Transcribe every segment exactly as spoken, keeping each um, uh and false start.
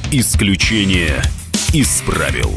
Исключение из правил.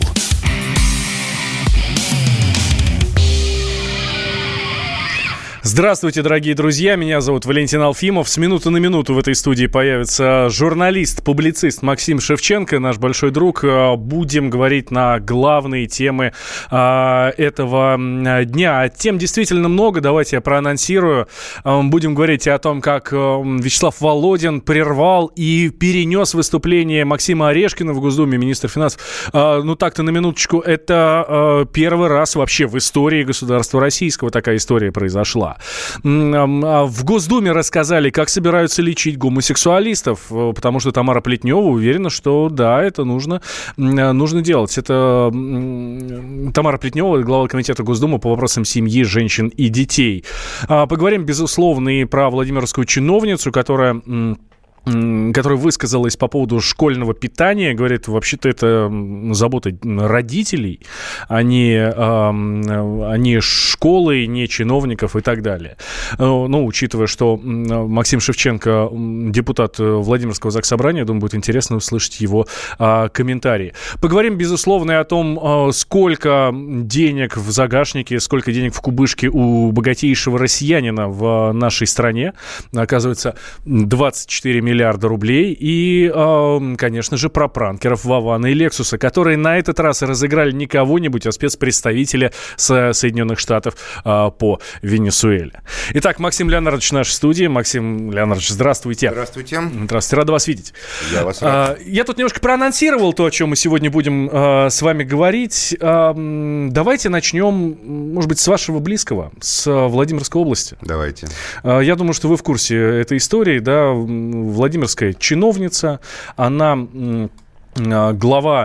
Здравствуйте, дорогие друзья, меня зовут Валентин Алфимов. С минуты на минуту в этой студии появится журналист, публицист Максим Шевченко, наш большой друг. Будем говорить на главные темы этого дня. Тем действительно много, давайте я проанонсирую. Будем говорить о том, как Вячеслав Володин прервал и перенес выступление Максима Орешкина в Госдуме, министра финансов. Ну так-то на минуточку, это первый раз вообще в истории государства российского такая история произошла. В Госдуме рассказали, как собираются лечить гомосексуалистов, потому что Тамара Плетнева уверена, что да, это нужно, нужно делать. Это Тамара Плетнева, глава комитета Госдумы по вопросам семьи, женщин и детей. Поговорим, безусловно, и про владимирскую чиновницу, которая... которая высказалась по поводу школьного питания, говорит, вообще-то это забота родителей, а не, а не школы, не чиновников и так далее. Ну, учитывая, что Максим Шевченко, депутат Владимирского заксобрания, думаю, будет интересно услышать его а, комментарии. Поговорим, безусловно, и о том, а, сколько денег в загашнике, сколько денег в кубышке у богатейшего россиянина в нашей стране. Оказывается, двадцать четыре миллиарда миллиарда рублей. И, э, конечно же, про пранкеров Вована и Лексуса, которые на этот раз разыграли не кого-нибудь, а спецпредставителя с Соединенных Штатов э, по Венесуэле. Итак, Максим Леонардович в нашей студии. Максим Леонардович, здравствуйте. Здравствуйте. Здравствуйте, рад вас видеть. Я вас рад. Э, я тут немножко проанонсировал то, о чем мы сегодня будем э, с вами говорить. Э, давайте начнем, может быть, с вашего близкого, с Владимирской области. Давайте. Э, я думаю, что вы в курсе этой истории, да, Владимирская чиновница, она глава,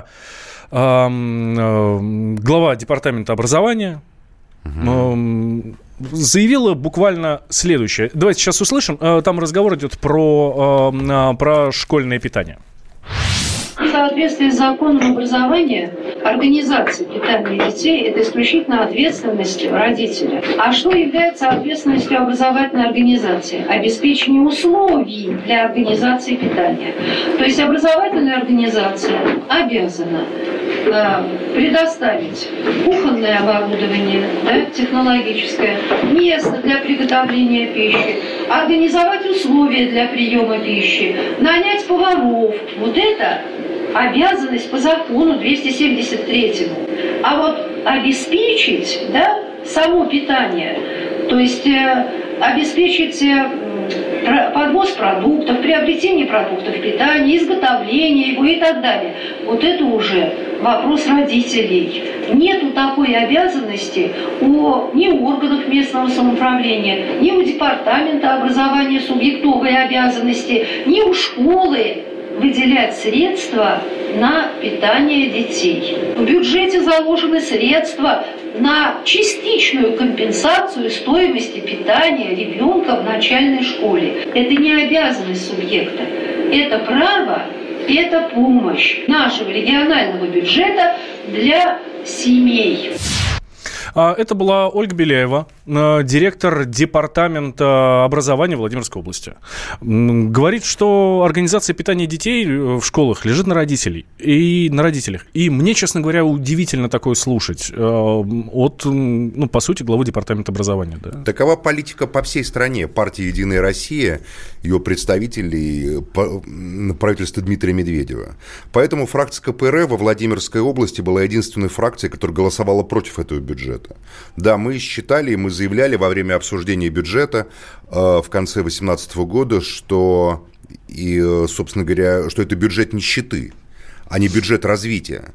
глава департамента образования, угу. заявила буквально следующее. Давайте сейчас услышим. Там разговор идет про, про школьное питание. В соответствии с законом образования, организация питания детей – это исключительно ответственность родителя. А что является ответственностью образовательной организации? Обеспечение условий для организации питания. То есть образовательная организация обязана э, предоставить кухонное оборудование, да, технологическое, место для приготовления пищи, организовать условия для приема пищи, нанять поваров. Вот это обязанность по закону двести семьдесят третьему. А вот обеспечить, да, само питание, то есть э, обеспечить э, подвоз продуктов, приобретение продуктов питания, изготовление его и так далее, вот это уже вопрос родителей. Нету такой обязанности у ни у органов местного самоуправления, ни у департамента образования субъектовой обязанности, ни у школы выделять средства на питание детей. В бюджете заложены средства на частичную компенсацию стоимости питания ребенка в начальной школе. Это не обязанность субъекта, это право, это помощь нашего регионального бюджета для семей. Это была Ольга Беляева, директор департамента образования Владимирской области. Говорит, что организация питания детей в школах лежит на родителей и на родителях. И мне, честно говоря, удивительно такое слушать от, ну, по сути, главы департамента образования. Да. Такова политика по всей стране. Партия «Единая Россия», ее представителей, правительства Дмитрия Медведева. Поэтому фракция ка пэ эр во Владимирской области была единственной фракцией, которая голосовала против этого бюджета. Да, мы считали, мы заявляли во время обсуждения бюджета э, в конце две тысячи восемнадцатого года, что, и, собственно говоря, что это бюджет нищеты, а не бюджет развития.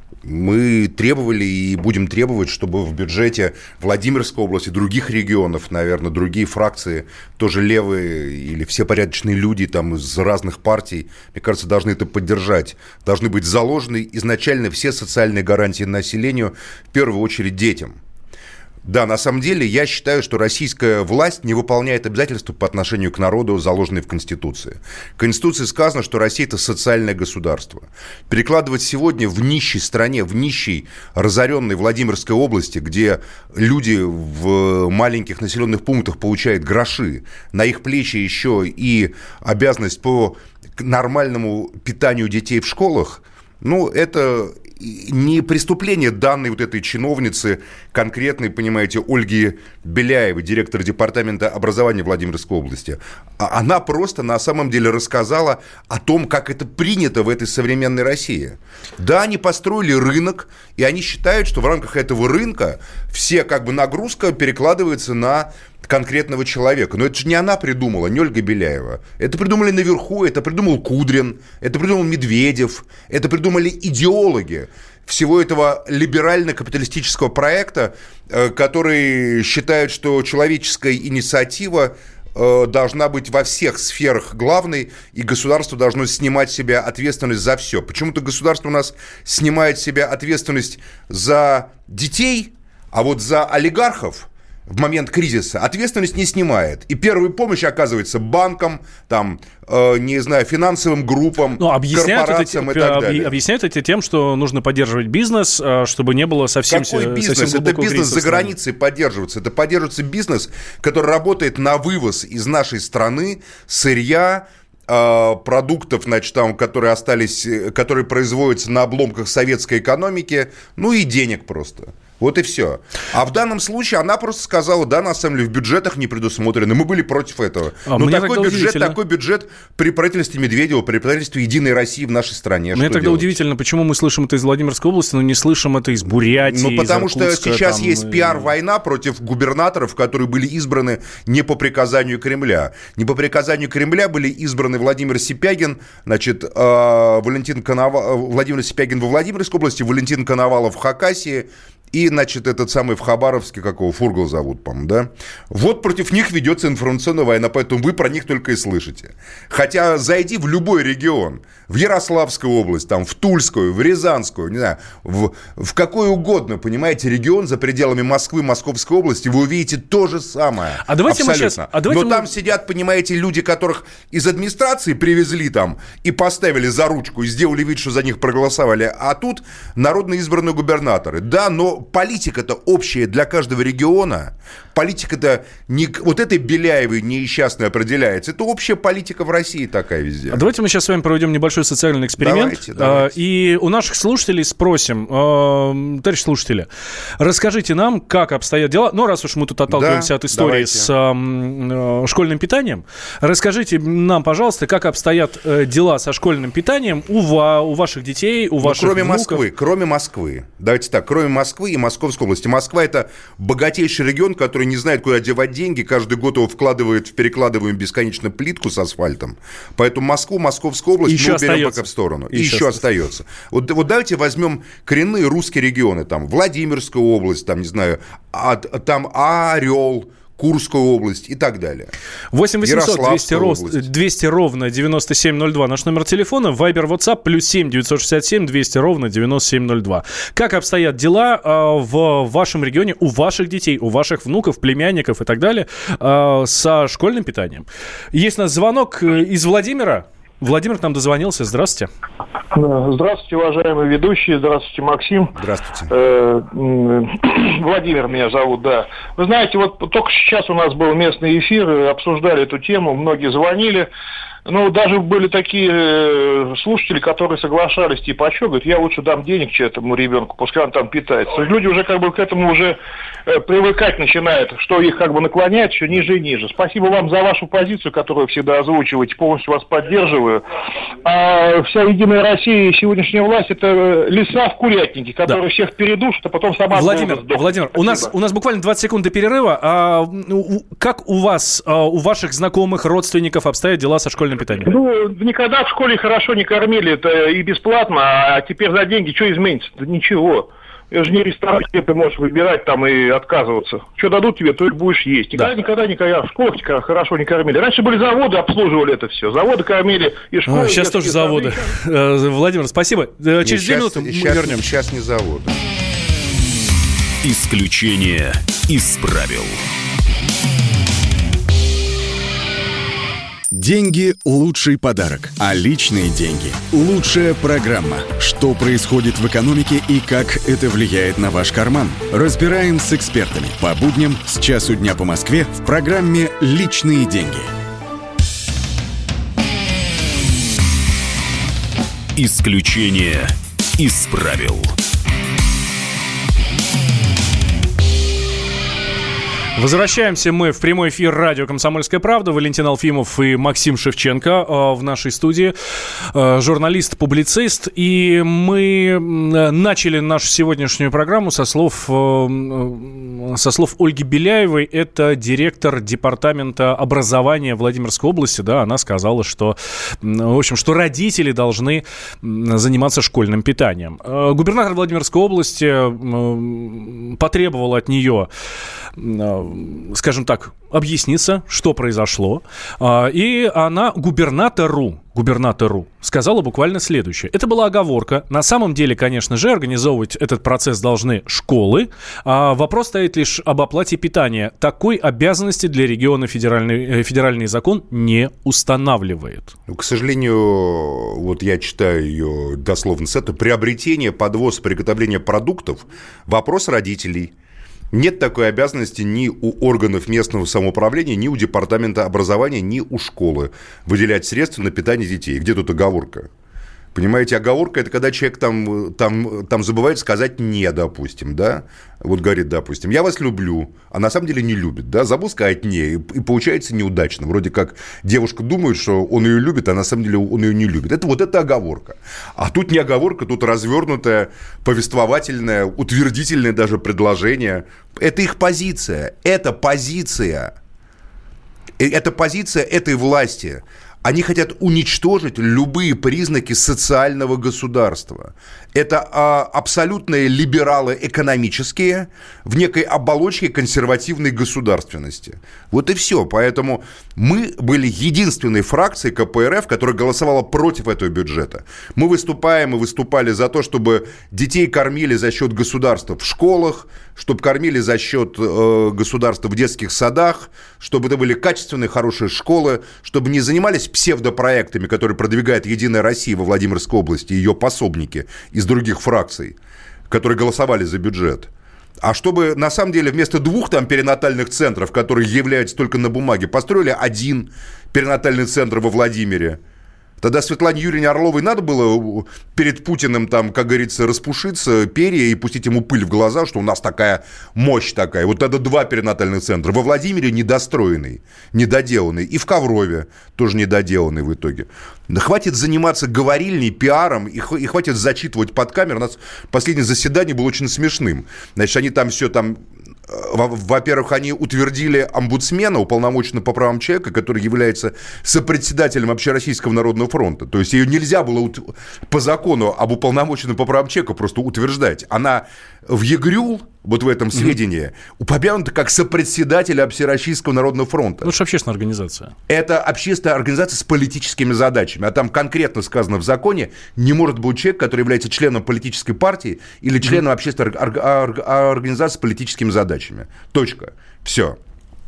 Мы требовали и будем требовать, чтобы в бюджете Владимирской области, других регионов, наверное, другие фракции, тоже левые или все порядочные люди там из разных партий, мне кажется, должны это поддержать. Должны быть заложены изначально все социальные гарантии населению, в первую очередь детям. Да, на самом деле, я считаю, что российская власть не выполняет обязательства по отношению к народу, заложенные в Конституции. В Конституции сказано, что Россия – это социальное государство. Перекладывать сегодня в нищей стране, в нищей, разоренной Владимирской области, где люди в маленьких населенных пунктах получают гроши, на их плечи еще и обязанность по к нормальному питанию детей в школах, ну, это не преступление данной вот этой чиновницы, конкретной, понимаете, Ольги Беляевой, директора департамента образования Владимирской области. Она просто на самом деле рассказала о том, как это принято в этой современной России. Да, они построили рынок, и они считают, что в рамках этого рынка все как бы нагрузка перекладывается на конкретного человека. Но это же не она придумала, не Ольга Беляева. Это придумали наверху, это придумал Кудрин, это придумал Медведев, это придумали идеологи всего этого либерально-капиталистического проекта, которые считают, что человеческая инициатива должна быть во всех сферах главной, и государство должно снимать с себя ответственность за все. Почему-то государство у нас снимает с себя ответственность за детей, а вот за олигархов в момент кризиса ответственность не снимает. И первую помощь оказывается банкам, там, э, не знаю, финансовым группам, ну, корпорациям это, и так далее. Объясняют это тем, что нужно поддерживать бизнес, чтобы не было совсем... Какой бизнес? Совсем это бизнес за границей поддерживается. Это поддерживается бизнес, который работает на вывоз из нашей страны сырья, продуктов, значит, там, которые остались, которые производятся на обломках советской экономики, ну и денег просто. Вот и все. А в данном случае она просто сказала, да, на самом деле в бюджетах не предусмотрено. Мы были против этого. А, Но такой бюджет, такой бюджет при правительстве Медведева, при правительстве Единой России в нашей стране. Мне тогда делать? Удивительно, почему мы слышим это из Владимирской области, но не слышим это из Бурятии. Ну, потому из Иркутска, что сейчас там... есть пиар-война против губернаторов, которые были избраны не по приказанию Кремля. Не по приказанию Кремля были избраны Владимир Сипягин, значит, э, Валентин Коновалов, Владимир Сипягин во Владимирской области, Валентин Коновалов в Хакасии. И, значит, этот самый в Хабаровске, как его, Фургал зовут, по-моему, да? Вот против них ведется информационная война, поэтому вы про них только и слышите. Хотя зайди в любой регион, в Ярославскую область, там, в Тульскую, в Рязанскую, не знаю, в, в какой угодно, понимаете, регион за пределами Москвы, Московской области, вы увидите то же самое. А давайте абсолютно. Мы сейчас... А давайте Но мы... там сидят, понимаете, люди, которых из администрации привезли там и поставили за ручку, и сделали вид, что за них проголосовали, а тут народно избранные губернаторы. Да, но политика-то общая для каждого региона. Политика-то не вот этой Беляевой несчастной определяется. Это общая политика в России такая везде. А давайте мы сейчас с вами проведем небольшой социальный эксперимент. Давайте, давайте. И у наших слушателей спросим, товарищ слушатели, расскажите нам, как обстоят дела. Ну, раз уж мы тут отталкиваемся да, от истории давайте. с э, школьным питанием, расскажите нам, пожалуйста, как обстоят э, дела со школьным питанием у, ва- у ваших детей, у ну, ваших кроме внуков. Москвы, кроме Москвы. Давайте так, кроме Москвы и Московской области. Москва – это богатейший регион, который не знает, куда девать деньги. Каждый год его вкладывает в перекладываемую бесконечно плитку с асфальтом. Поэтому Москву, Московскую область еще мы уберем остается. пока в сторону. И, и еще, еще остается. Вот, вот давайте возьмем коренные русские регионы. Там Владимирская область, там, не знаю, а, там Орел, Курскую область и так далее. восемь восемьсот двести ровно девяносто семь ноль два. Наш номер телефона. Вайбер, WhatsApp, плюс семь девятьсот шестьдесят семь двести ровно девяносто семь ноль два. Как обстоят дела э, в вашем регионе, у ваших детей, у ваших внуков, племянников и так далее э, со школьным питанием? Есть у нас звонок из Владимира. Владимир к нам дозвонился. Здравствуйте. Здравствуйте, уважаемые ведущие. Здравствуйте, Максим. Здравствуйте. Владимир меня зовут, да. Вы знаете, вот только сейчас у нас был местный эфир, обсуждали эту тему, многие звонили. Ну, даже были такие слушатели, которые соглашались, типа, а что, говорит, я лучше дам денег этому ребенку, пускай он там питается. Люди уже как бы к этому уже привыкать начинают, что их как бы наклоняет все ниже и ниже. Спасибо вам за вашу позицию, которую вы всегда озвучиваете, полностью вас поддерживаю. А вся Единая Россия и сегодняшняя власть – это леса в курятнике, которые да. всех передушат, а потом сама... Владимир, Владимир, у нас, у нас буквально двадцать секунд до перерыва. А, как у вас, у ваших знакомых, родственников обстоят дела со школьным питанием? Ну, никогда в школе хорошо не кормили, это и бесплатно, а теперь за деньги что изменится? Да ничего. Это же не ресторан, где ты можешь выбирать там и отказываться. Что дадут тебе, то и будешь есть. Никогда, да. никогда, никогда в школах хорошо не кормили. Раньше были заводы, обслуживали это все. Заводы кормили и школы. А, сейчас тоже заводы. Сейчас... Владимир, спасибо. Через две минуты мы сейчас, вернемся. Сейчас не заводы. Исключение из правил. Деньги – лучший подарок, а личные деньги – лучшая программа. Что происходит в экономике и как это влияет на ваш карман? Разбираем с экспертами по будням с часу дня по Москве в программе «Личные деньги». Исключение из правил. Возвращаемся мы в прямой эфир радио «Комсомольская правда». Валентин Алфимов и Максим Шевченко э, в нашей студии. Э, журналист-публицист. И мы начали нашу сегодняшнюю программу со слов, э, со слов Ольги Беляевой. Это директор департамента образования Владимирской области. Да, она сказала, что, в общем, что родители должны заниматься школьным питанием. Э, губернатор Владимирской области э, потребовал от нее, скажем так, объясниться, что произошло. И она губернатору, губернатору сказала буквально следующее. Это была оговорка. На самом деле, конечно же, организовывать этот процесс должны школы. А вопрос стоит лишь об оплате питания. Такой обязанности для региона федеральный, федеральный закон не устанавливает. Ну, к сожалению, вот я читаю ее дословно с этого. Приобретение, подвоз, приготовление продуктов – вопрос родителей. Нет такой обязанности ни у органов местного самоуправления, ни у департамента образования, ни у школы выделять средства на питание детей. Где тут оговорка? Понимаете, оговорка – это когда человек там, там, там забывает сказать «не», допустим, да? Вот говорит, допустим, «я вас люблю», а на самом деле не любит, да? Забыл сказать «не», и получается неудачно. Вроде как девушка думает, что он ее любит, а на самом деле он ее не любит. Это вот это оговорка. А тут не оговорка, тут развернутое, повествовательное, утвердительное даже предложение. Это их позиция. Это позиция. Это позиция этой власти. Они хотят уничтожить любые признаки социального государства. Это а, абсолютные либералы экономические в некой оболочке консервативной государственности. Вот и все. Поэтому мы были единственной фракцией ка пэ эр эф, которая голосовала против этого бюджета. Мы выступаем и выступали за то, чтобы детей кормили за счет государства в школах, чтобы кормили за счет э, государства в детских садах, чтобы это были качественные, хорошие школы, чтобы не занимались псевдопроектами, которые продвигает «Единая Россия» во Владимирской области, ее пособники из других фракций, которые голосовали за бюджет. А чтобы, на самом деле, вместо двух там перинатальных центров, которые являются только на бумаге, построили один перинатальный центр во Владимире. Тогда Светлане Юрьевне Орловой надо было перед Путиным, там, как говорится, распушиться, перья и пустить ему пыль в глаза, что у нас такая мощь такая. Вот тогда два перинатальных центра. Во Владимире недостроенный, недоделанный. И в Коврове тоже недоделанный в итоге. Да хватит заниматься говорильней, пиаром, и, и хватит зачитывать под камеру. У нас последнее заседание было очень смешным. Значит, они там все там... Во-первых, они утвердили омбудсмена, уполномоченного по правам человека, который является сопредседателем Общероссийского народного фронта. То есть ее нельзя было по закону об уполномоченном по правам человека просто утверждать. Она в ЕГРЮЛ, вот в этом сведении, упомянута как сопредседатель Общероссийского народного фронта. Ну, это же общественная организация. Это общественная организация с политическими задачами. А там конкретно сказано в законе, не может быть человек, который является членом политической партии или членом общественной организации с политическими задачами. Точка. Все.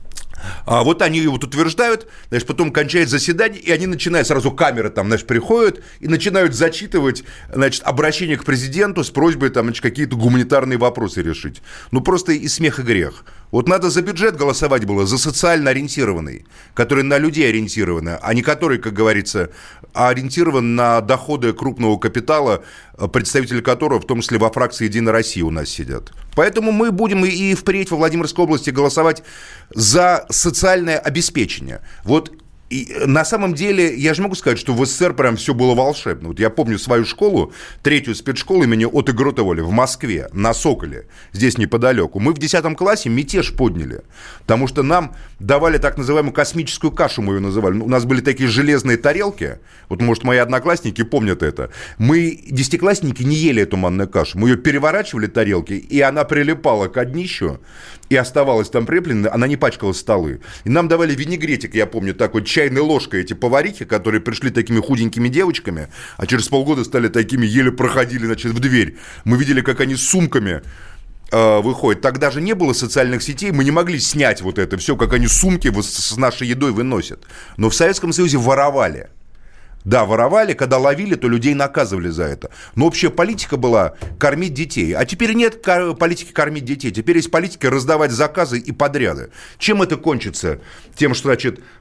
А вот они вот утверждают, значит, потом кончает заседание, и они начинают, сразу камеры там, значит, приходят и начинают зачитывать, значит, обращение к президенту с просьбой там, значит, какие-то гуманитарные вопросы решить. Ну, просто и смех, и грех. Вот надо за бюджет голосовать было, за социально ориентированный, который на людей ориентирован, а не который, как говорится, ориентирован на доходы крупного капитала, представители которого, в том числе во фракции «Единая Россия» у нас сидят. Поэтому мы будем и впредь во Владимирской области голосовать за социальное обеспечение. Вот и на самом деле, я же могу сказать, что в СССР прям все было волшебно. Вот я помню свою школу, третью спецшколу имени Отто Гротеволя в Москве, на Соколе, здесь неподалеку. Мы в десятом классе мятеж подняли, потому что нам давали так называемую космическую кашу, мы ее называли. У нас были такие железные тарелки, вот, может, мои одноклассники помнят это. Мы, десятиклассники, не ели эту манную кашу. Мы ее переворачивали, тарелки, и она прилипала к днищу, и оставалась там прилепленной, она не пачкала столы. И нам давали винегретик, я помню, такой чайной ложкой эти поварихи, которые пришли такими худенькими девочками, а через полгода стали такими, еле проходили, значит, в дверь. Мы видели, как они с сумками э, выходят. Тогда же не было социальных сетей, мы не могли снять вот это все, как они сумки с нашей едой выносят. Но в Советском Союзе воровали. Да, воровали, когда ловили, то людей наказывали за это. Но общая политика была кормить детей. А теперь нет политики кормить детей. Теперь есть политика раздавать заказы и подряды. Чем это кончится? Тем, что, значит,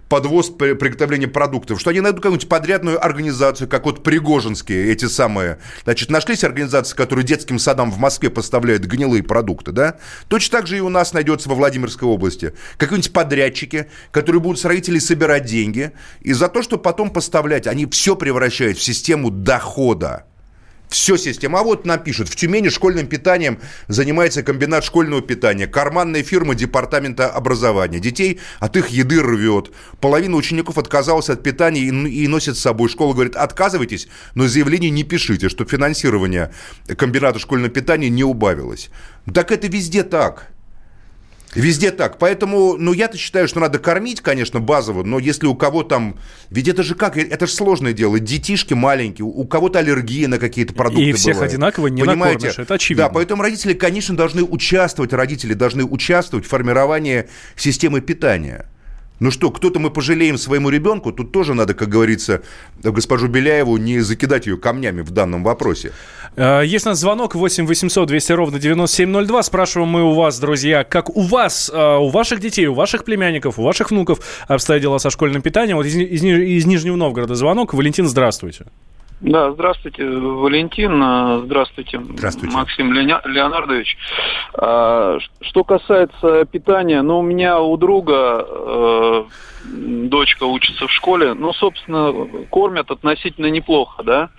подвоз, приготовление продуктов, что они найдут какую-нибудь подрядную организацию, как вот пригожинские эти самые. Значит, нашлись организации, которые детским садам в Москве поставляют гнилые продукты, да? Точно так же и у нас найдется во Владимирской области. Какие-нибудь подрядчики, которые будут с родителей собирать деньги, и за то, что потом поставлять, они все превращают в систему дохода. Все система. А вот напишут, в Тюмени школьным питанием занимается комбинат школьного питания, карманная фирма департамента образования. Детей от их еды рвет. Половина учеников отказалась от питания и, и носит с собой. Школа говорит, отказывайтесь, но заявление не пишите, что финансирование комбината школьного питания не убавилось. Так это везде так. Везде так. Поэтому, ну, я-то считаю, что надо кормить, конечно, базово, но если у кого там... Ведь это же как? Это же сложное дело. Детишки маленькие, у кого-то аллергия на какие-то продукты бывает. И всех бывает. одинаково не Понимаете? накормишь, это очевидно. Да, поэтому родители, конечно, должны участвовать, родители должны участвовать в формировании системы питания. Ну что, кто-то мы пожалеем своему ребенку, тут тоже надо, как говорится, госпожу Беляеву не закидать ее камнями в данном вопросе. Есть у нас звонок восемь восемьсот двести ровно девяносто семь ноль два. Спрашиваем мы у вас, друзья, как у вас, у ваших детей, у ваших племянников, у ваших внуков обстоят дела со школьным питанием. Вот из, из, из Нижнего Новгорода звонок. Валентин, здравствуйте. Да, здравствуйте, Валентин, здравствуйте, здравствуйте. Максим Леонардович. Что касается питания, ну, у меня у друга э, дочка учится в школе, ну, собственно, кормят относительно неплохо, да.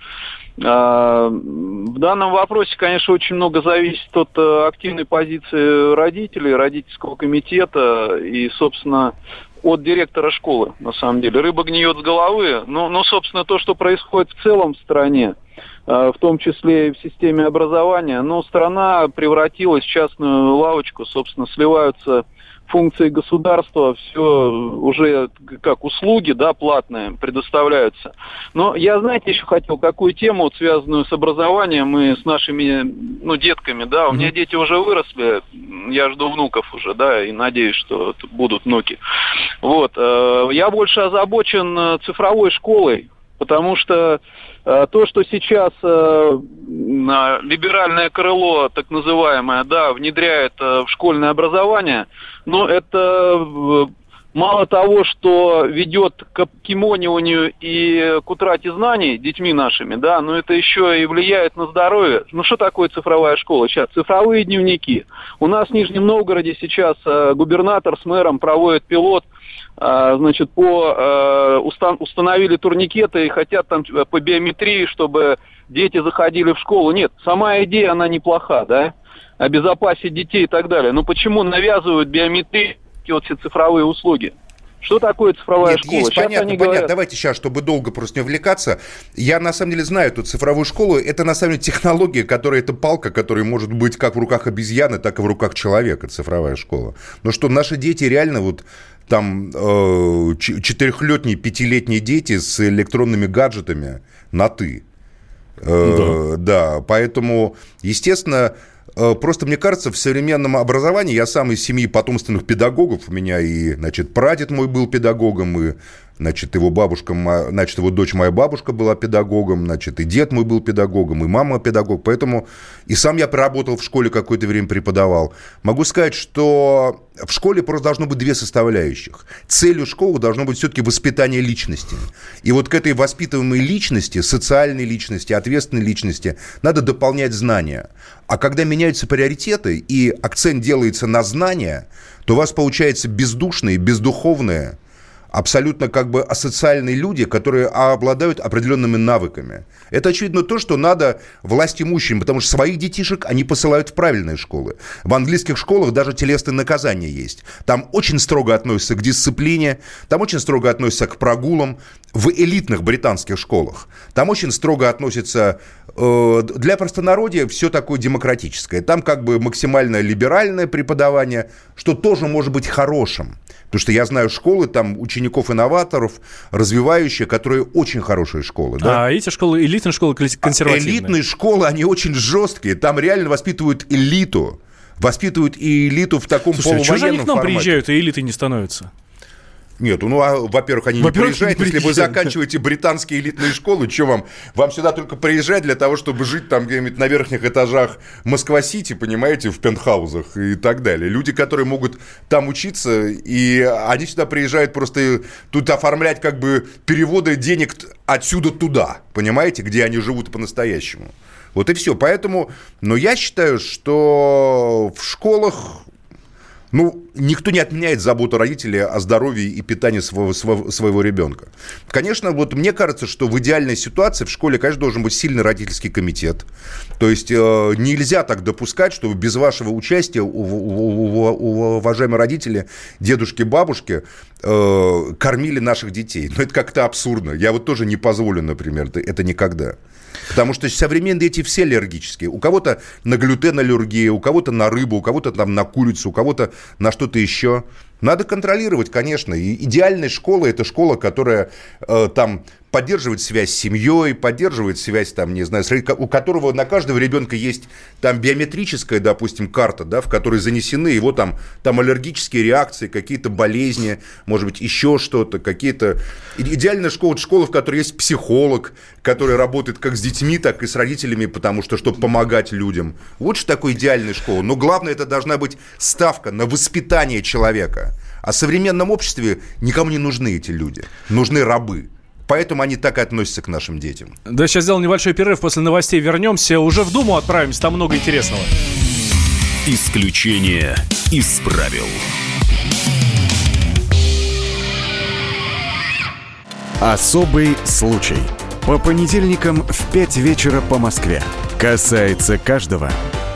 В данном вопросе, конечно, очень много зависит от активной позиции родителей, родительского комитета и, собственно, от директора школы, на самом деле. Рыба гниет с головы, но, но, собственно, то, что происходит в целом в стране, в том числе и в системе образования, но страна превратилась в частную лавочку, собственно, сливаются функции государства, все уже как услуги, да, платные предоставляются. Но я, знаете, еще хотел какую тему, вот, связанную с образованием и с нашими, ну, детками, да, у меня дети уже выросли, я жду внуков уже, да, и надеюсь, что будут внуки. Вот, я больше озабочен цифровой школой, потому что то, что сейчас либеральное крыло, так называемое, да, внедряет в школьное образование, но это мало того, что ведет к кимониванию и к утрате знаний детьми нашими, да, но это еще и влияет на здоровье. Ну, что такое цифровая школа сейчас? Цифровые дневники. У нас в Нижнем Новгороде сейчас губернатор с мэром проводит пилот, значит, по установили турникеты и хотят там по биометрии, чтобы дети заходили в школу. Нет, сама идея, она неплоха, да, обезопасить детей и так далее. Но почему навязывают биометрию, вот все цифровые услуги? Что такое цифровая Нет, школа? Есть, сейчас понятно, они понятно. говорят... Давайте сейчас, чтобы долго просто не увлекаться. Я, на самом деле, знаю эту цифровую школу. Это, на самом деле, технология, которая, это палка, которая может быть как в руках обезьяны, так и в руках человека, цифровая школа. Но что наши дети реально вот там э, четырехлетние, пятилетние дети с электронными гаджетами на «ты». Э, да. да, поэтому, естественно... Просто, мне кажется, в современном образовании, я сам из семьи потомственных педагогов, у меня и, значит, прадед мой был педагогом, и, значит, его бабушка, значит, его дочь, моя бабушка была педагогом, значит, и дед мой был педагогом, и мама педагог, поэтому и сам я проработал в школе какое-то время, преподавал. Могу сказать, что в школе просто должно быть две составляющих. Целью школы должно быть все-таки воспитание личности. И вот к этой воспитываемой личности, социальной личности, ответственной личности надо дополнять знания. А когда меняются приоритеты и акцент делается на знания, то у вас получается бездушные, бездуховные, абсолютно как бы асоциальные люди, которые обладают определенными навыками. Это, очевидно, то, что надо властимущим, потому что своих детишек они посылают в правильные школы. В английских школах даже телесные наказания есть. Там очень строго относятся к дисциплине, там очень строго относятся к прогулам. В элитных британских школах там очень строго относятся... Э, для простонародья все такое демократическое. Там как бы максимально либеральное преподавание, что тоже может быть хорошим. Потому что я знаю школы, там учеников-инноваторов, развивающие, которые очень хорошие школы. Да? А эти школы, элитные школы консервативные? Элитные школы, они очень жесткие. Там реально воспитывают элиту. Воспитывают и элиту в таком Слушайте, полувоенном формате. Слушайте, а что же они к нам формате. приезжают, и элитой не становятся? Нет, ну, а, во-первых, они во-первых, не приезжают. Не Если вы заканчиваете британские элитные школы, что вам? Вам сюда только приезжать для того, чтобы жить там где-нибудь на верхних этажах Москва-Сити, понимаете, в пентхаузах и так далее. Люди, которые могут там учиться, и они сюда приезжают просто тут оформлять как бы переводы денег отсюда туда, понимаете, где они живут по-настоящему. Вот и все. Поэтому, но я считаю, что в школах... Ну, никто не отменяет заботу родителей о здоровье и питании своего, своего, своего ребенка. Конечно, вот мне кажется, что в идеальной ситуации в школе, конечно, должен быть сильный родительский комитет. То есть э, нельзя так допускать, чтобы без вашего участия у, у, у, у, уважаемые родители, дедушки, бабушки э, кормили наших детей. Но это как-то абсурдно. Я вот тоже не позволю, например, это, это никогда. Потому что современные дети все аллергические. У кого-то на глютен аллергия, у кого-то на рыбу, у кого-то там на курицу, у кого-то на что-то еще. Надо контролировать, конечно. И идеальная школа – это школа, которая э, там поддерживает связь с семьей, поддерживает связь, там, не знаю, с, у которого на каждого ребенка есть там биометрическая, допустим, карта, да, в которой занесены его там, там аллергические реакции, какие-то болезни, может быть, еще что-то, какие-то... Идеальная школа – это школа, в которой есть психолог, который работает как с детьми, так и с родителями, потому что, чтобы помогать людям. Вот что такое идеальная школа. Но главное, это должна быть ставка на воспитание человека. А в современном обществе никому не нужны эти люди. Нужны рабы. Поэтому они так и относятся к нашим детям. Да, сейчас сделаем небольшой перерыв, после новостей вернемся. Уже в Думу отправимся, там много интересного. Исключение из правил. Особый случай. По понедельникам в пять вечера по Москве. Касается каждого.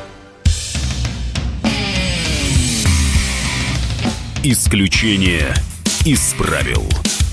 Исключение из правил.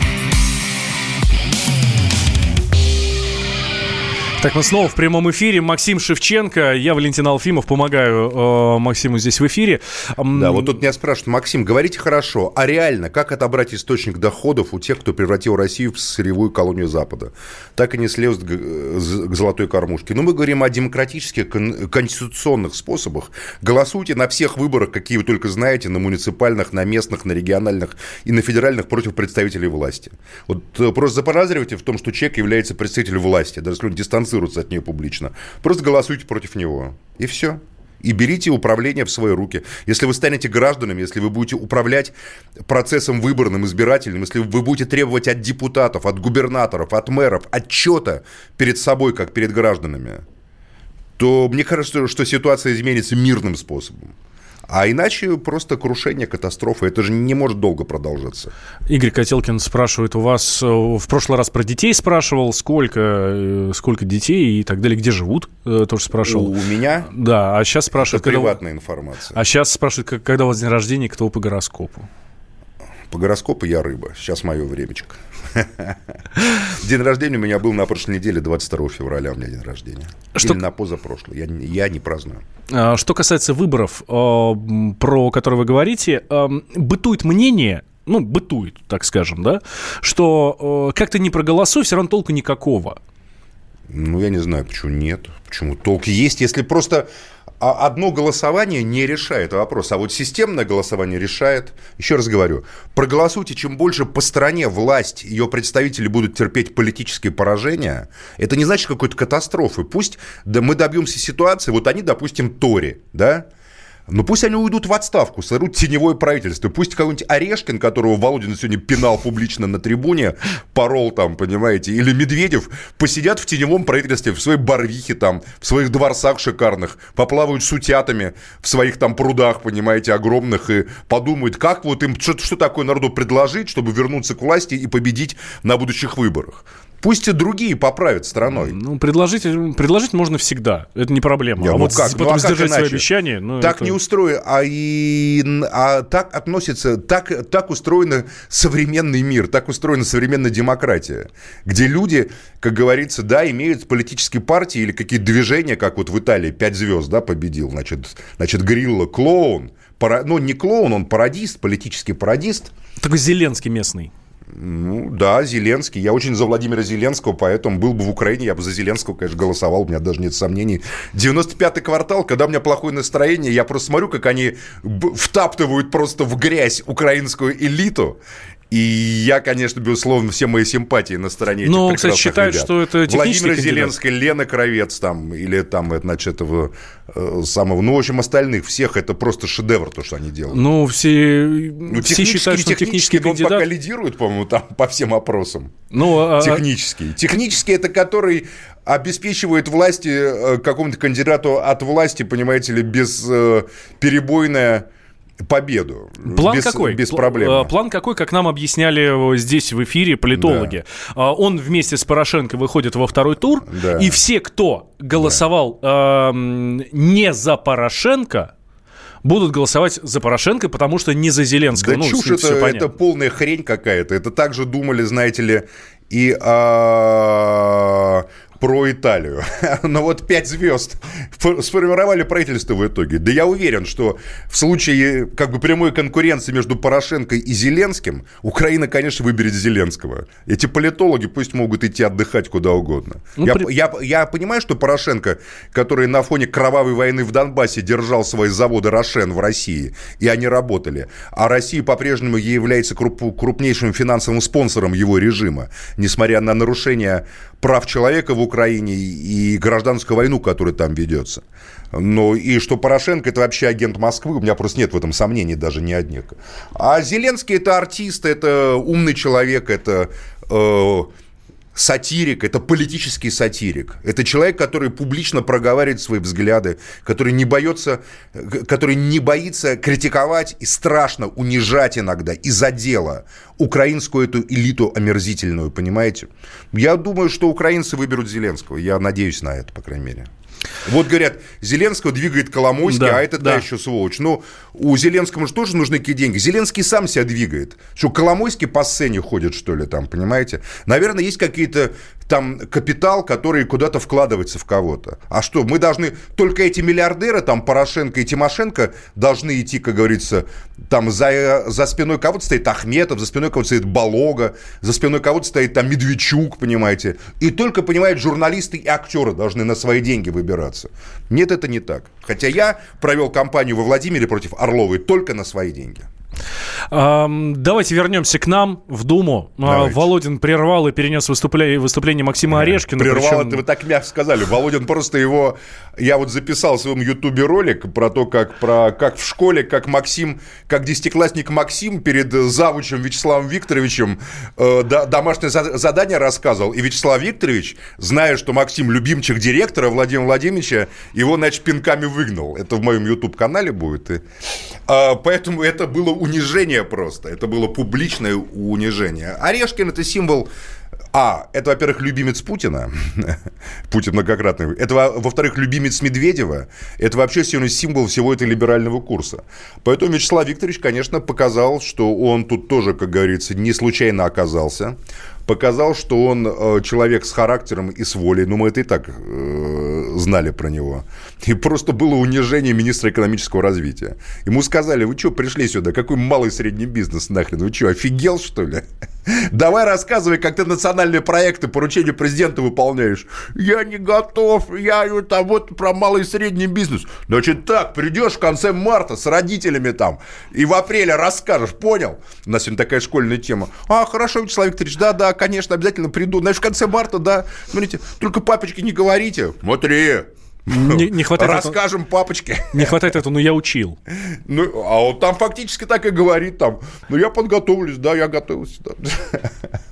Так, мы снова в прямом эфире. Максим Шевченко, я Валентин Алфимов, помогаю э, Максиму здесь в эфире. Да, вот тут меня спрашивают: Максим, говорите хорошо, а реально, как отобрать источник доходов у тех, кто превратил Россию в сырьевую колонию Запада? Так и не слез к, к золотой кормушке. Но мы говорим о демократических, кон- конституционных способах. Голосуйте на всех выборах, какие вы только знаете, на муниципальных, на местных, на региональных и на федеральных против представителей власти. Вот просто заподозривайте в том, что человек является представителем власти, даже если он дистанцируется от нее публично. Просто голосуйте против него. И все. И берите управление в свои руки. Если вы станете гражданами, если вы будете управлять процессом выборным, избирательным, если вы будете требовать от депутатов, от губернаторов, от мэров отчета перед собой, как перед гражданами, то мне кажется, что ситуация изменится мирным способом. А иначе просто крушение, катастрофа. Это же не может долго продолжаться. Игорь Котелкин спрашивает у вас, в прошлый раз про детей спрашивал, сколько, сколько детей и так далее, где живут, тоже спрашивал. У меня? Да, а сейчас спрашивает... Это приватная когда... информация. А сейчас спрашивает, когда у вас день рождения, кто по гороскопу? По гороскопу я рыба. Сейчас мое времечко. День рождения у меня был на прошлой неделе, двадцать второго февраля у меня день рождения. Что... Или на позапрошлый, я, я не праздную. Что касается выборов, про которые вы говорите, бытует мнение, ну, бытует, так скажем, да, что как ты не проголосуй, все равно толку никакого. Ну, я не знаю, почему нет, почему толк есть, если просто... А одно голосование не решает вопрос, а вот системное голосование решает. Еще раз говорю, проголосуйте, чем больше по стране власть, ее представители будут терпеть политические поражения, это не значит какой-то катастрофы. Пусть да, мы добьемся ситуации, вот они, допустим, Тори, да? Ну, пусть они уйдут в отставку, создадут теневое правительство. Пусть какой-нибудь Орешкин, которого Володин сегодня пинал публично на трибуне, порол там, понимаете, или Медведев, посидят в теневом правительстве, в своей Барвихе там, в своих дворцах шикарных, поплавают с утятами в своих там прудах, понимаете, огромных, и подумают, как вот им, что, что такое народу предложить, чтобы вернуться к власти и победить на будущих выборах. Пусть и другие поправят страной. Ну, предложить, предложить можно всегда. Это не проблема. Не, а ну вот как? потом Ну, а сдержать как свои обещания... Ну, так это... не устроено. А, и, а так относится... Так, так устроен современный мир, так устроена современная демократия, где люди, как говорится, да, имеют политические партии или какие-то движения, как вот в Италии пять звезд, да, победил, значит, значит Грилло, клоун. Пара... Ну, не клоун, он пародист, политический пародист. Такой Зеленский местный. Ну, да, Зеленский. Я очень за Владимира Зеленского, поэтому был бы в Украине, я бы за Зеленского, конечно, голосовал, у меня даже нет сомнений. девяносто пятый квартал, когда у меня плохое настроение, я просто смотрю, как они втаптывают просто в грязь украинскую элиту, И я, конечно, безусловно, все мои симпатии на стороне этих Но, прекрасных кстати, считают, ребят. что это технический Владимир кандидат. Зеленский, Лена Кравец там, или там, значит, этого э, самого, ну, в общем, остальных всех, это просто шедевр, то, что они делают. Ну, все, Ну, все считают, что технический он кандидат... пока лидирует, по-моему, там по всем опросам. Ну, а... Технический. Технический – это который обеспечивает власти, э, какому-то кандидату от власти, понимаете ли, бесперебойная... победу. План без, какой? Без проблем. План какой, как нам объясняли здесь в эфире политологи. Да. Он вместе с Порошенко выходит во второй тур, да. И все, кто голосовал да. э, не за Порошенко, будут голосовать за Порошенко, потому что не за Зеленского. Да ну, чушь, это, это полная хрень какая-то. Это также думали, знаете ли, и... А... про Италию. Но вот пять звезд сформировали правительство в итоге. Да я уверен, что в случае как бы прямой конкуренции между Порошенко и Зеленским, Украина, конечно, выберет Зеленского. Эти политологи пусть могут идти отдыхать куда угодно. Ну, я, при... я, я понимаю, что Порошенко, который на фоне кровавой войны в Донбассе держал свои заводы «Рошен» в России, и они работали, а Россия по-прежнему является круп... крупнейшим финансовым спонсором его режима, несмотря на нарушения прав человека в Украине и гражданскую войну, которая там ведется. Ну, и что Порошенко – это вообще агент Москвы, у меня просто нет в этом сомнений даже ни одних. А Зеленский – это артист, это умный человек, это э, сатирик, это политический сатирик. Это человек, который публично проговаривает свои взгляды, который не боится, который не боится критиковать и страшно унижать иногда из-за дела украинскую эту элиту омерзительную, понимаете? Я думаю, что украинцы выберут Зеленского. Я надеюсь на это, по крайней мере. Вот, говорят, Зеленского двигает Коломойский, да, а это да. та еще сволочь. Но у Зеленского же тоже нужны какие деньги. Зеленский сам себя двигает. Что, Коломойский по сцене ходит, что ли, там, понимаете? Наверное, есть какие-то там капитал, который куда-то вкладывается в кого-то. А что, мы должны, только эти миллиардеры, там, Порошенко и Тимошенко, должны идти, как говорится, там, за, за спиной кого-то стоит Ахметов, за спиной кого-то стоит Балога, за спиной кого-то стоит там Медведчук, понимаете? И только, понимаете, журналисты и актеры должны на свои деньги выбираться. Нет, это не так. Хотя я провел кампанию во Владимире против Орловой только на свои деньги. Давайте вернемся к нам, в Думу. Давайте. Володин прервал и перенес выступление, выступление Максима Орешкина. Прервал, причем... это вы так мягко сказали. Володин просто его... Я вот записал в своем ютубе ролик про то, как, про, как в школе, как Максим, как десятиклассник Максим перед завучем Вячеславом Викторовичем э, домашнее задание рассказывал. И Вячеслав Викторович, зная, что Максим любимчик директора Владимира Владимировича, его, значит, пинками выгнал. Это в моем ютуб-канале будет. И, э, поэтому это было унижение просто. Это было публичное унижение. Орешкин – это символ... А, это, во-первых, любимец Путина. Путин многократный. Это, во-вторых, любимец Медведева. Это вообще сегодня символ всего этого либерального курса. Поэтому Вячеслав Викторович, конечно, показал, что он тут тоже, как говорится, не случайно оказался. Показал, что он э, человек с характером и с волей. Ну, мы это и так э, знали про него. И просто было унижение министра экономического развития. Ему сказали: вы что пришли сюда? Какой малый и средний бизнес нахрен? Вы что, офигел, что ли? Давай рассказывай, как ты национальные проекты, поручения президента выполняешь. Я не готов. Я там вот про малый и средний бизнес. Значит так, придешь в конце марта с родителями там и в апреле расскажешь. Понял? У нас сегодня такая школьная тема. А, хорошо, Вячеслав Викторович, да-да, конечно, обязательно приду. Значит, в конце марта, да. Смотрите, только папочке не говорите. Смотри. Не, не хватает Расскажем это... папочке. Не хватает этого, но я учил. Ну, а он там фактически так и говорит там. Ну, я подготовлюсь, да, я готовился. Да.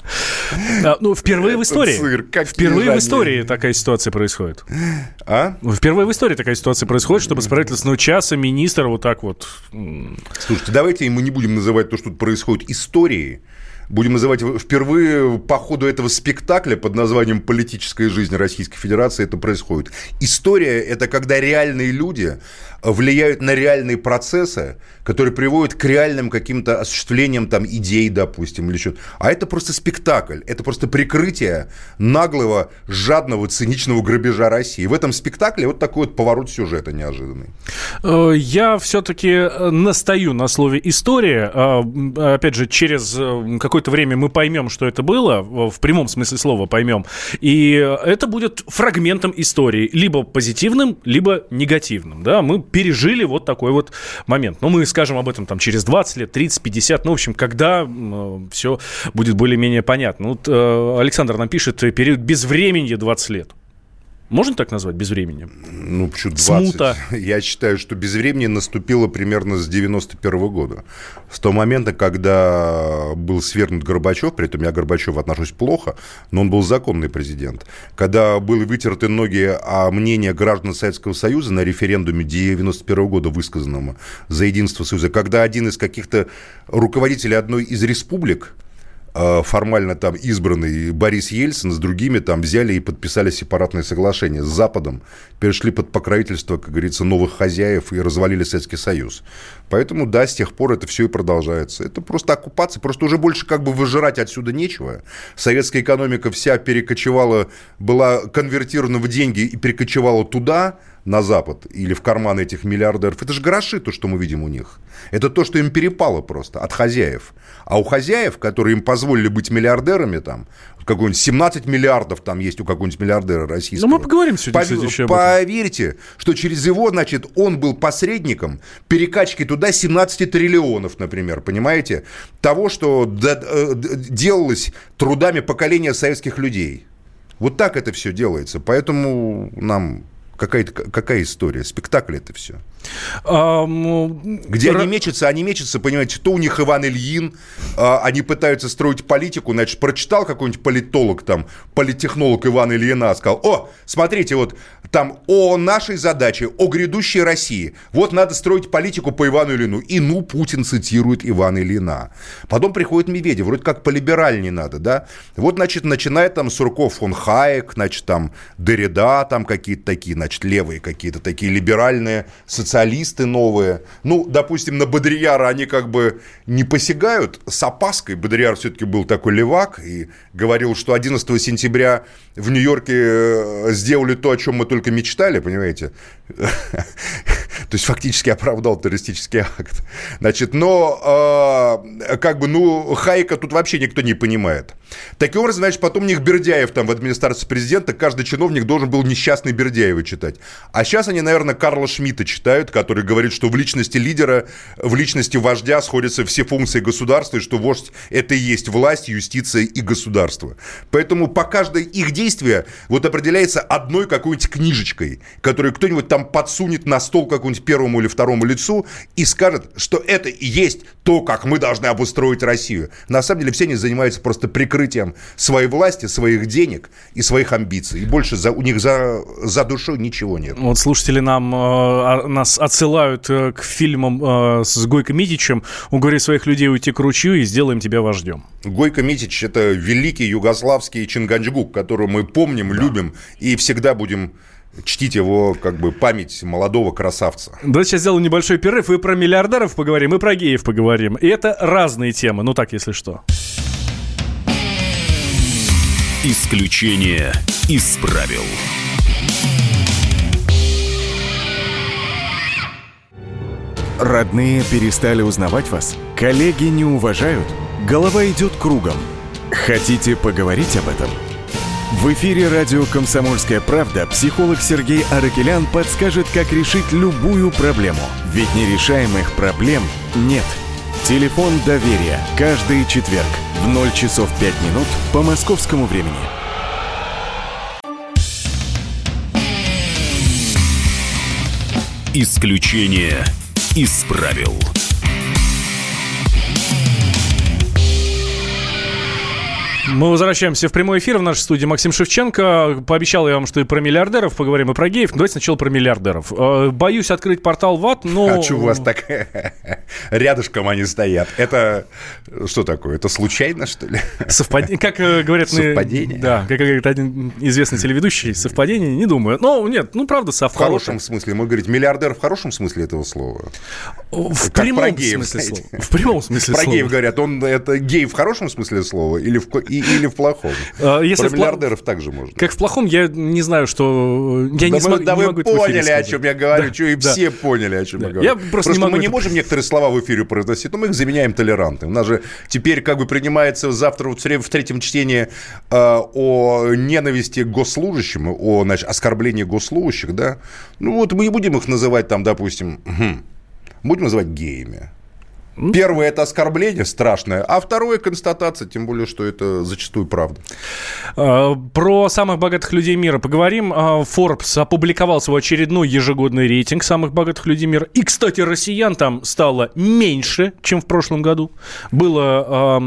А, ну, впервые в истории. Цирк, впервые в истории такая ситуация происходит. А? Впервые в истории такая ситуация происходит, чтобы с правительственного часа министр вот так вот... Слушайте, давайте мы не будем называть то, что тут происходит, историей. Будем называть впервые по ходу этого спектакля под названием «Политическая жизнь Российской Федерации» это происходит. История – это когда реальные люди влияют на реальные процессы, которые приводят к реальным каким-то осуществлениям там, идей, допустим, или что-то. А это просто спектакль, это просто прикрытие наглого, жадного, циничного грабежа России. В этом спектакле вот такой вот поворот сюжета неожиданный. Я все-таки настаю на слове «история». Опять же, через какой какое-то время мы поймем, что это было, в прямом смысле слова поймем, и это будет фрагментом истории, либо позитивным, либо негативным, да, мы пережили вот такой вот момент. Но мы скажем об этом там через двадцать лет, тридцать, пятьдесят, ну, в общем, когда э, все будет более-менее понятно. Вот э, Александр нам пишет, период безвременья двадцать лет. Можно так назвать безвременем? Ну, почему двадцать? Смута. Я считаю, что безвременье наступило примерно с девяносто первого года. С того момента, когда был свергнут Горбачев, при этом я к Горбачеву отношусь плохо, но он был законный президент. Когда были вытерты ноги о мнении граждан Советского Союза на референдуме девяносто первого года, высказанном за единство Союза, когда один из каких-то руководителей одной из республик, формально там избранный Борис Ельцин с другими там взяли и подписали сепаратное соглашение с Западом, перешли под покровительство, как говорится, новых хозяев и развалили Советский Союз. Поэтому, да, с тех пор это все и продолжается. Это просто оккупация, просто уже больше как бы выжирать отсюда нечего. Советская экономика вся перекочевала, была конвертирована в деньги и перекочевала туда, на Запад, или в карманы этих миллиардеров. Это же гроши, то, что мы видим у них. Это то, что им перепало просто от хозяев. А у хозяев, которые им позволили быть миллиардерами, там, какой-нибудь семнадцать миллиардов там есть у какого-нибудь миллиардера российского. Ну, мы поговорим сегодня, Пов... кстати, еще об этом. Поверьте, что через его, значит, он был посредником перекачки туда семнадцать триллионов, например, понимаете? Того, что делалось трудами поколения советских людей. Вот так это все делается. Поэтому нам... Какая-то, какая история? Спектакль это все. А, ну, Где р... они мечутся? Они мечутся, понимаете, то у них Иван Ильин, а, они пытаются строить политику, значит, прочитал какой-нибудь политолог, там, политтехнолог Ивана Ильина, сказал, о, смотрите, вот там о нашей задаче, о грядущей России, вот надо строить политику по Ивану Ильину. И ну, Путин цитирует Ивана Ильина. Потом приходит Медведев, вроде как полиберальнее надо, да? Вот, значит, начинает там Сурков фон Хайек, значит, там Деррида, там какие-то такие, значит, левые какие-то такие либеральные социалисты новые. Ну, допустим, на Бодрияра они как бы не посягают с опаской. Бодрияр все-таки был такой левак и говорил, что одиннадцатого сентября в Нью-Йорке сделали то, о чем мы только мечтали, понимаете? То есть фактически оправдал террористический акт. Значит, но э, как бы, ну, Хайека тут вообще никто не понимает. Таким образом, значит, потом у них Бердяев там в администрации президента, каждый чиновник должен был несчастный Бердяева читать. А сейчас они, наверное, Карла Шмидта читают, который говорит, что в личности лидера, в личности вождя сходятся все функции государства, и что вождь – это и есть власть, юстиция и государство. Поэтому по каждой их действию вот определяется одной какой-нибудь книжечкой, которую кто-нибудь там подсунет на стол какому-нибудь первому или второму лицу и скажет, что это и есть то, как мы должны обустроить Россию. На самом деле все они занимаются просто прикрытием своей власти, своих денег и своих амбиций. И больше за, у них за, за душой ничего нет. Вот слушатели нам, э, нас отсылают э, к фильмам э, с Гойко Митичем «Уговори своих людей уйти к ручью и сделаем тебя вождем». Гойко Митич – это великий югославский Чинганчгук, которого мы помним, да. любим и всегда будем... чтить его, как бы, память молодого красавца. Давайте сейчас сделаем небольшой перерыв. И про миллиардеров поговорим, и про геев поговорим. И это разные темы, ну так, если что. Исключение из правил. Родные перестали узнавать вас? Коллеги не уважают? Голова идет кругом. Хотите поговорить об этом? В эфире радио «Комсомольская правда» психолог Сергей Аракелян подскажет, как решить любую проблему. Ведь нерешаемых проблем нет. Телефон доверия. Каждый четверг в ноль часов пять минут по московскому времени. Исключение из правил. Мы возвращаемся в прямой эфир. В нашей студии Максим Шевченко. Пообещал я вам, что и про миллиардеров поговорим, и про геев. Давайте сначала про миллиардеров. Боюсь открыть портал ВАТ, но... А что у вас так рядышком они стоят? Это что такое? Это случайно, что ли? Совпадение. Как говорят... Совпадение? Да, как говорит один известный телеведущий, совпадение, не думаю. Но нет, ну правда совпало. В хорошем смысле. Мы говорим, миллиардер в хорошем смысле этого слова? В прямом смысле слова. В прямом смысле слова. Про геев говорят, он это гей в хорошем смысле слова или в... или в плохом. Если Про миллиардеров также можно. Как в плохом, я не знаю, что... Я да не мы, смог, да не вы могу поняли, о чем я говорю, да, что и да. все поняли, о чем да. я говорю. Я просто просто не могу мы не это... можем некоторые слова в эфире произносить, но мы их заменяем толерантным. У нас же теперь как бы принимается завтра вот в третьем чтении э, о ненависти к госслужащим, о, значит, оскорблении госслужащих, да. Ну вот мы не будем их называть там, допустим, будем называть геями. Первое – это оскорбление страшное, а второе – констатация, тем более, что это зачастую правда. Про самых богатых людей мира поговорим. Forbes опубликовал свой очередной ежегодный рейтинг самых богатых людей мира. И, кстати, россиян там стало меньше, чем в прошлом году. Было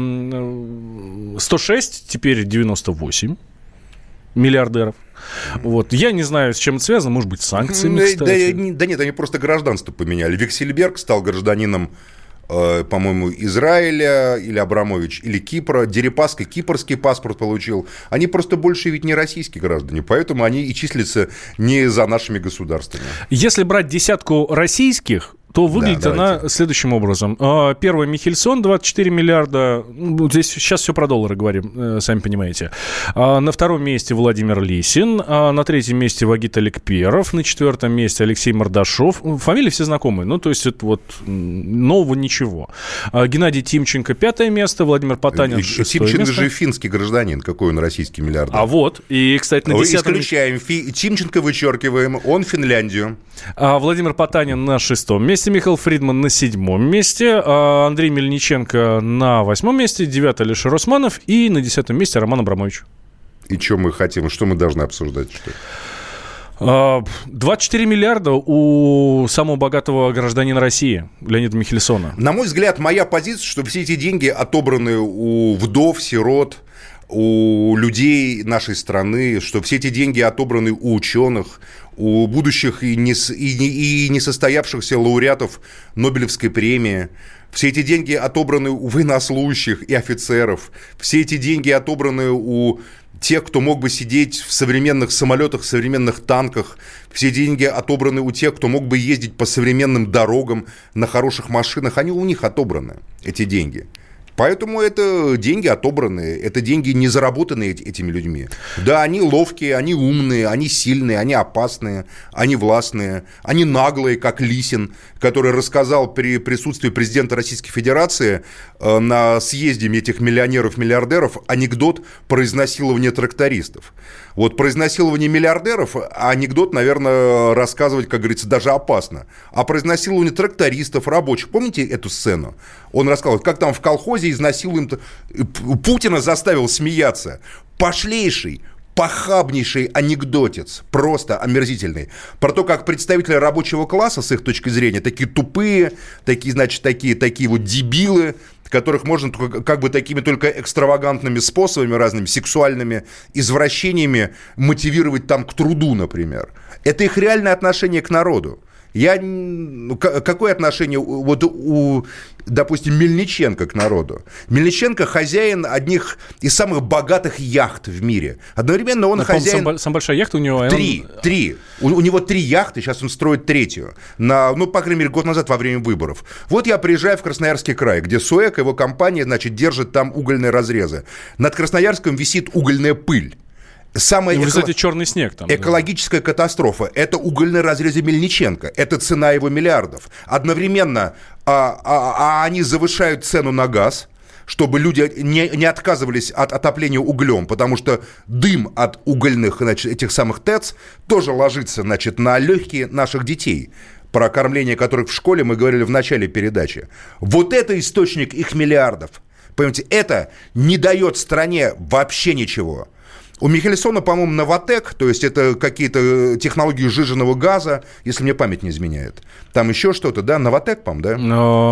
сто шесть, теперь девяносто восемь миллиардеров. Вот. Я не знаю, с чем это связано. Может быть, с санкциями, да, кстати. Да, да нет, они просто гражданство поменяли. Вексельберг стал гражданином, э, по-моему, Израиля, или Абрамович, или Кипра. Дерипаска кипрский паспорт получил. Они просто больше ведь не российские граждане, поэтому они и числятся не за нашими государствами. Если брать десятку российских, то выглядит да, она следующим образом. Первый Михельсон, двадцать четыре миллиарда. Здесь сейчас все про доллары говорим, сами понимаете. На втором месте Владимир Лисин. На третьем месте Вагит Аликперов. На четвертом месте Алексей Мордашов. Фамилии все знакомые. Ну, то есть, это вот нового ничего. Геннадий Тимченко, пятое место. Владимир Потанин, шестое Тимченко место. же финский гражданин. Какой он российский миллиардер? А вот. И, кстати, на десятом... Исключаем. Фи... Тимченко вычеркиваем. Он Финляндию. А Владимир Потанин на шестом месте. Михаил Фридман на седьмом месте, Андрей Мельниченко на восьмом месте, девятый Алишер Османов и на десятом месте Роман Абрамович. И что мы хотим, что мы должны обсуждать? Что? двадцать четыре миллиарда у самого богатого гражданина России, Леонида Михельсона. На мой взгляд, моя позиция, что все эти деньги отобраны у вдов, сирот, у людей нашей страны, что все эти деньги отобраны у ученых, у будущих и, не, и, не, и несостоявшихся лауреатов Нобелевской премии. Все эти деньги отобраны у военнослужащих и офицеров. Все эти деньги отобраны у тех, кто мог бы сидеть в современных самолетах, в современных танках. Все деньги отобраны у тех, кто мог бы ездить по современным дорогам на хороших машинах. Они у них отобраны, эти деньги. Поэтому это деньги отобранные, это деньги не заработанные этими людьми. Да, они ловкие, они умные, они сильные, они опасные, они властные, они наглые, как Лисин, который рассказал при присутствии президента Российской Федерации э, на съезде этих миллионеров-миллиардеров анекдот про изнасилование трактористов. Вот про изнасилование миллиардеров анекдот, наверное, рассказывать, как говорится, даже опасно. А про изнасилование трактористов, рабочих, помните эту сцену? Он рассказывает, как там в колхозе изнасилуем... Путина заставил смеяться. Пошлейший, похабнейший анекдотец, просто омерзительный, про то, как представители рабочего класса, с их точки зрения, такие тупые, такие, значит, такие, такие вот дебилы, которых можно как бы такими только экстравагантными способами, разными сексуальными извращениями мотивировать там к труду, например. Это их реальное отношение к народу. Я, ну, какое отношение вот у, допустим, Мельниченко к народу? Мельниченко хозяин одних из самых богатых яхт в мире. Одновременно он Но, хозяин... Самая сам большая яхта у него... Три, он... три. У, у него три яхты, сейчас он строит третью. На, ну, по крайней мере, год назад во время выборов. Вот я приезжаю в Красноярский край, где СУЭК, его компания, значит, держит там угольные разрезы. Над Красноярском висит угольная пыль. Самая ну, эко... черный снег там, экологическая да. катастрофа – это угольные разрезы Мельниченко, это цена его миллиардов. Одновременно а, а, а они завышают цену на газ, чтобы люди не, не отказывались от отопления углем, потому что дым от угольных, значит, этих самых ТЭЦ тоже ложится, значит, на легкие наших детей, про кормление которых в школе мы говорили в начале передачи. Вот это источник их миллиардов. Понимаете, это не дает стране вообще ничего. У Михельсона, по-моему, Новотек, то есть это какие-то технологии сжиженного газа, если мне память не изменяет. Там еще что-то, да? Новотек, по-моему, да?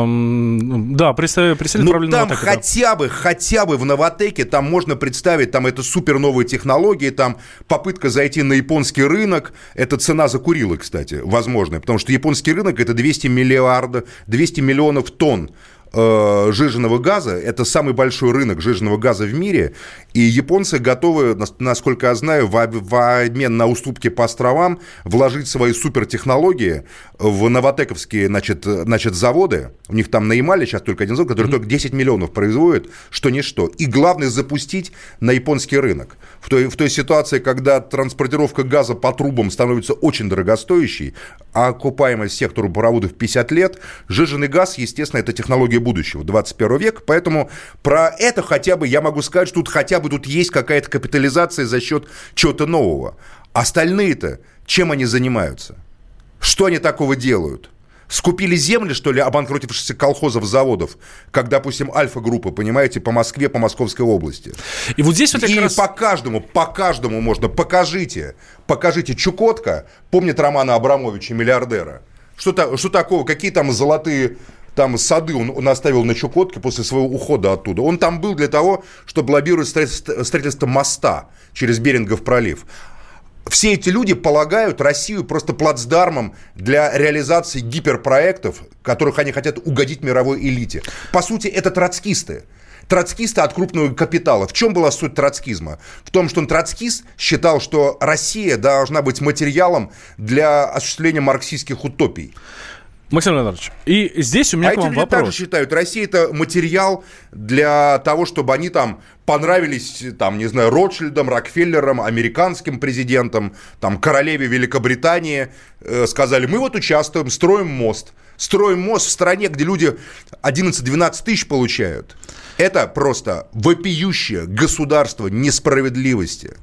Um, да, представили, представили ну, правильно там Новотек, хотя да. бы, хотя бы в Новотеке там можно представить, там это супер новые технологии, там попытка зайти на японский рынок, это цена за курилы, кстати, возможная, потому что японский рынок это двести миллиардов, двести миллионов тонн э, жиженного газа. Это самый большой рынок жиженного газа в мире. И японцы готовы, насколько я знаю, в, в обмен на уступки по островам вложить свои супертехнологии в новотековские, значит, значит, заводы. У них там на Ямале сейчас только один завод, который mm-hmm. только десять миллионов производит, что ничто. И главное, запустить на японский рынок. В той, в той ситуации, когда транспортировка газа по трубам становится очень дорогостоящей, а окупаемость сектору трубопроводов пятьдесят лет, жиженый газ, естественно, это технология будущего, двадцать первого века. Поэтому про это хотя бы я могу сказать, что тут хотя бы тут есть какая-то капитализация за счет чего-то нового. Остальные-то чем они занимаются? Что они такого делают? Скупили земли, что ли, обанкротившихся колхозов, заводов, как, допустим, Альфа-группа, понимаете, по Москве, по Московской области. И вот здесь вот И раз... по каждому, по каждому можно, покажите, покажите. Чукотка помнит Романа Абрамовича, миллиардера. Что, что такого, какие там золотые там сады он, он оставил на Чукотке после своего ухода оттуда. Он там был для того, чтобы лоббировать строительство, строительство моста через Берингов пролив. Все эти люди полагают Россию просто плацдармом для реализации гиперпроектов, которых они хотят угодить мировой элите. По сути, это троцкисты. Троцкисты от крупного капитала. В чем была суть троцкизма? В том, что троцкист считал, что Россия должна быть материалом для осуществления марксистских утопий. Максим Леонидович, и здесь у меня а к вам эти люди вопрос. также считают, Россия это материал для того, чтобы они там понравились, там, не знаю, Ротшильдам, Рокфеллерам, американским президентам, там, королеве Великобритании, э, сказали, мы вот участвуем, строим мост. Строим мост в стране, где люди одиннадцать-двенадцать тысяч получают. Это просто вопиющее государство несправедливости.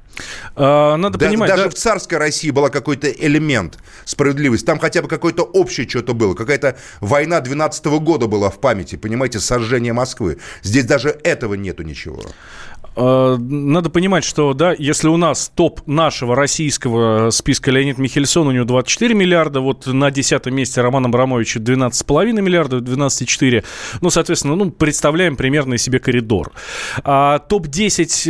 А, надо да, понимать, даже да... в царской России был какой-то элемент справедливости. Там хотя бы какое-то общее что-то было. Какая-то война двенадцатого года была в памяти, понимаете, сожжение Москвы. Здесь даже этого нету ничего. Надо понимать, что, да, если у нас топ нашего российского списка Леонид Михельсон, у него двадцать четыре миллиарда, вот на десятом месте Роман Абрамович двенадцать целых пять миллиардов, двенадцать целых четыре десятых, ну, соответственно, ну, представляем примерно себе коридор. А топ десять,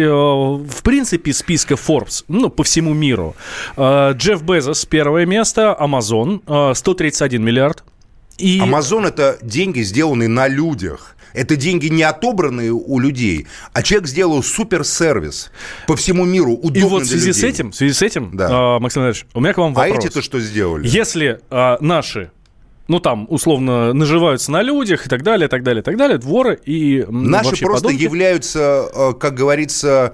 в принципе, списка Forbes, ну, по всему миру. Джефф Безос, первое место, Amazon, сто тридцать один миллиард. И... Amazon – это деньги, сделанные на людях. Это деньги не отобранные у людей, а человек сделал суперсервис по всему миру, удобный И вот в связи для с людей. этим, в связи с этим, да. а, Максим Ильич, у меня к вам вопрос. А эти-то что сделали? Если а, наши, ну там, условно, наживаются на людях и так далее, и так далее, и так далее, воры и Наши вообще просто подонки... являются, как говорится...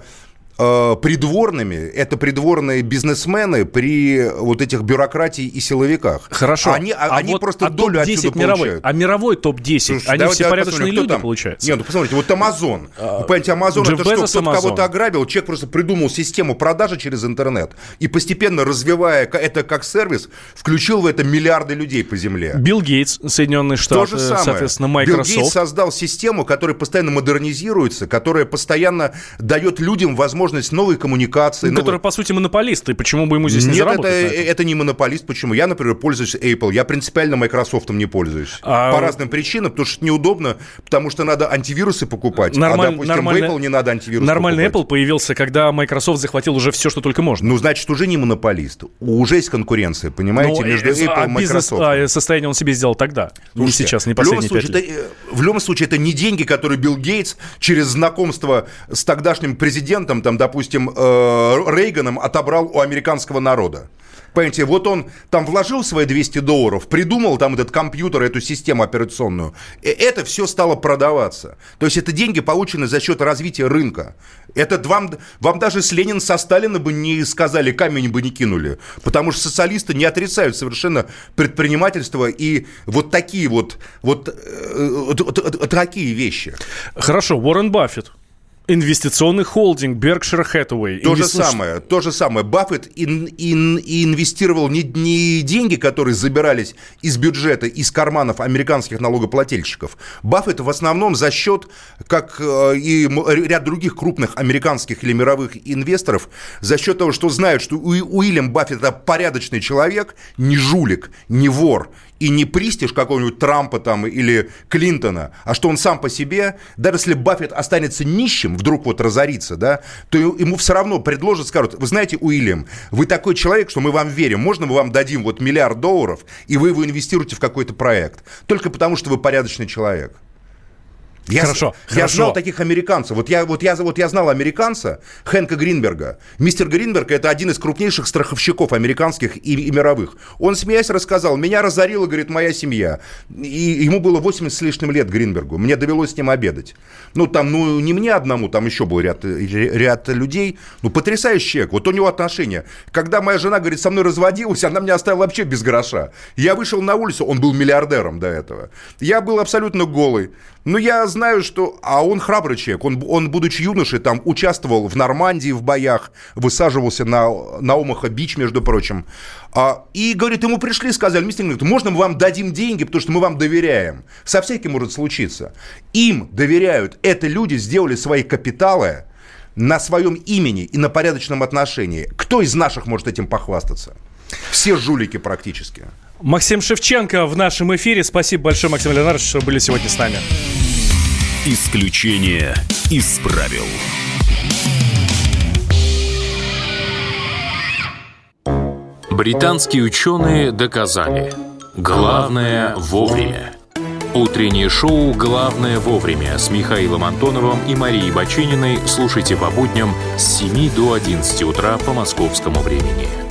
придворными, это придворные бизнесмены при вот этих бюрократии и силовиках. Хорошо. Они, а они вот, просто а долю отсюда мировой, получают. А мировой топ десять, Слушай, они давайте, все давайте порядочные посмотрим, люди, там? получается? Нет, ну посмотрите, вот Amazon. А, Вы понимаете, Amazon Джефф это что, Безос, кто-то Amazon. кого-то ограбил, человек просто придумал систему продажи через интернет и постепенно, развивая это как сервис, включил в это миллиарды людей по земле. Билл Гейтс, Соединенные Штаты, То же самое. соответственно, Microsoft. Билл Гейтс создал систему, которая постоянно модернизируется, которая постоянно дает людям возможность новой коммуникации. Который, новой... по сути, монополист, и почему бы ему здесь Нет, не заработать? Нет, это, это не монополист. Почему? Я, например, пользуюсь Apple. Я принципиально Microsoft не пользуюсь. А... По разным причинам, потому что это неудобно, потому что надо антивирусы покупать. Нормаль... А, допустим, нормально... в Apple не надо антивирус Нормальный покупать. Apple появился, когда Microsoft захватил уже все, что только можно. Ну, значит, уже не монополист. Уже есть конкуренция, понимаете, ну, между Apple а и Microsoft. Бизнес, а состояние он себе сделал тогда, Слушайте, не сейчас, не в любом, последние случае, пять лет. это, в любом случае, это не деньги, которые Билл Гейтс через знакомство с тогдашним президентом, там, допустим, э, Рейганом, отобрал у американского народа. Понимаете, вот он там вложил свои двести долларов, придумал там этот компьютер, эту систему операционную. И это все стало продаваться. То есть это деньги, полученные за счет развития рынка. Это вам, вам даже с Ленин со Сталина бы не сказали, камень бы не кинули. Потому что социалисты не отрицают совершенно предпринимательство и вот такие вот, вот, э, вот, вот, вот такие вещи. Хорошо, Уоррен Баффет. Инвестиционный холдинг Berkshire Hathaway. То Инвести... же самое, то же самое. Баффет ин, ин, инвестировал не, не деньги, которые забирались из бюджета, из карманов американских налогоплательщиков. Баффет в основном за счет, как и ряд других крупных американских или мировых инвесторов, за счет того, что знают, что Уильям Баффет – это порядочный человек, не жулик, не вор, и не престиж какого-нибудь Трампа там или Клинтона, а что он сам по себе, даже если Баффет останется нищим, вдруг вот разорится, да, то ему все равно предложат, скажут, вы знаете, Уильям, вы такой человек, что мы вам верим, можно мы вам дадим вот миллиард долларов, и вы его инвестируете в какой-то проект, только потому что вы порядочный человек. Я, хорошо, я хорошо. знал таких американцев. Вот я, вот, я, вот я знал американца Хэнка Гринберга. Мистер Гринберг – это один из крупнейших страховщиков американских и, и мировых. Он, смеясь, рассказал, меня разорила, говорит, моя семья. И ему было восемьдесят с лишним лет Гринбергу. Мне довелось с ним обедать. Ну, там, ну, не мне одному, там еще был ряд, ряд людей. Ну, потрясающий человек. Вот у него отношения. Когда моя жена, говорит, со мной разводилась, она меня оставила вообще без гроша. Я вышел на улицу, он был миллиардером до этого. Я был абсолютно голый. Ну, я знаю, что... А он храбрый человек. Он, он, будучи юношей, там участвовал в Нормандии в боях, высаживался на, на Омаха-Бич, между прочим. А, и, говорит, ему пришли, сказали, мистер Гринберг, можно мы вам дадим деньги, потому что мы вам доверяем. Со всяким может случиться. Им доверяют. Это люди сделали свои капиталы на своем имени и на порядочном отношении. Кто из наших может этим похвастаться? Все жулики практически. Максим Шевченко в нашем эфире. Спасибо большое, Максим Леонардович, что были сегодня с нами. Исключение из правил. Британские ученые доказали: главное вовремя. Утреннее шоу «Главное вовремя» с Михаилом Антоновым и Марией Бачининой слушайте по будням с семи до одиннадцати утра по московскому времени.